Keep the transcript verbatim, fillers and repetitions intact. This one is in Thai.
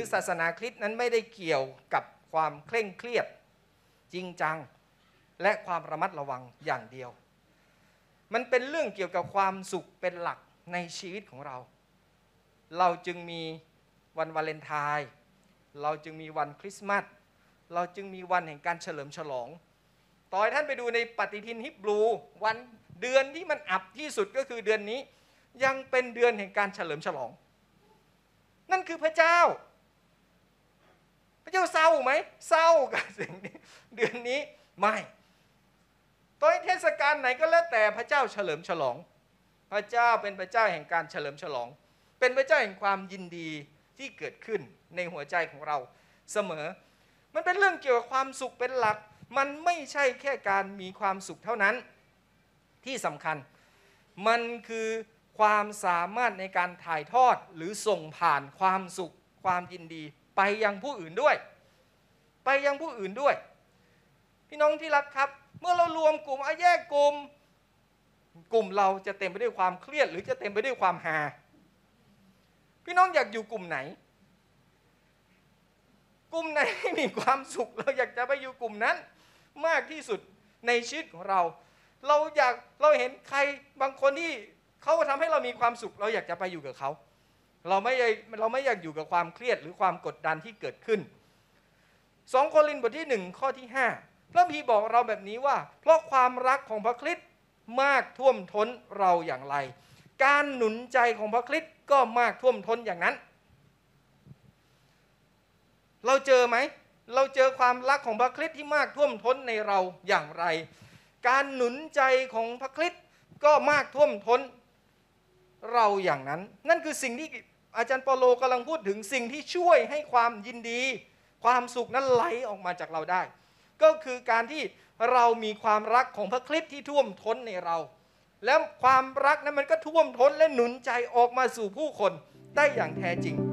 ศาสนาคริสต์นั้นไม่ได้เกี่ยวกับความเคร่งเครียดจริงจังและความระมัดระวังอย่างเดียวมันเป็นเรื่องเกี่ยวกับความสุขเป็นหลักในชีวิตของเราเราจึงมีวันวาเลนไทน์เราจึงมีวันคริสต์มาสเราจึงมีวันแห่งการเฉลิมฉลองต่อให้ท่านไปดูในปฏิทินฮิบรูวันเดือนที่มันอับที่สุดก็คือเดือนนี้ยังเป็นเดือนแห่งการเฉลิมฉลองนั่นคือพระเจ้าพระเจ้าเศร้าไหมเศร้ากับสิ่งนี้เดือนนี้ไม่ต่อให้เทศกาลไหนก็แล้วแต่พระเจ้าเฉลิมฉลองพระเจ้าเป็นพระเจ้าแห่งการเฉลิมฉลองเป็นพระเจ้าแห่งความยินดีที่เกิดขึ้นในหัวใจของเราเสมอมันเป็นเรื่องเกี่ยวกับความสุขเป็นหลักมันไม่ใช่แค่การมีความสุขเท่านั้นที่สำคัญมันคือความสามารถในการถ่ายทอดหรือส่งผ่านความสุขความยินดีไปยังผู้อื่นด้วยไปยังผู้อื่นด้วยพี่น้องที่รักครับเมื่อเรารวมกลุ่มเอาแยกกลุ่มกลุ่มเราจะเต็มไปด้วยความเครียดหรือจะเต็มไปด้วยความฮาพี่น้องอยากอยู่กลุ่มไหนกลุ่มไหนที่มีความสุขเราอยากจะไปอยู่กลุ่มนั้นมากที่สุดในชีวิตของเราเราอยากเราเห็นใครบางคนที่เขาทำให้เรามีความสุขเราอยากจะไปอยู่กับเขาเราไม่เราไม่อยากอยู่กับความเครียดหรือความกดดันที่เกิดขึ้นสองโครินธ์บทที่หนึ่งข้อที่ห้าพระคัมภีร์บอกเราแบบนี้ว่าเพราะความรักของพระคริสต์มากท่วมท้นเราอย่างไรการหนุนใจของพระคริสต์ก็มากท่วมท้นอย่างนั้นเราเจอไหมเราเจอความรักของพระคริสต์ที่มากท่วมท้นในเราอย่างไรการหนุนใจของพระคริสต์ก็มากท่วมท้นเราอย่างนั้นนั่นคือสิ่งที่อาจารย์เปาโลกำลังพูดถึงสิ่งที่ช่วยให้ความยินดีความสุขนั้นไหลออกมาจากเราได้ก็คือการที่เรามีความรักของพระคริสต์ที่ท่วมท้นในเราแล้วความรักนั้นมันก็ท่วมท้นและหนุนใจออกมาสู่ผู้คนได้อย่างแท้จริง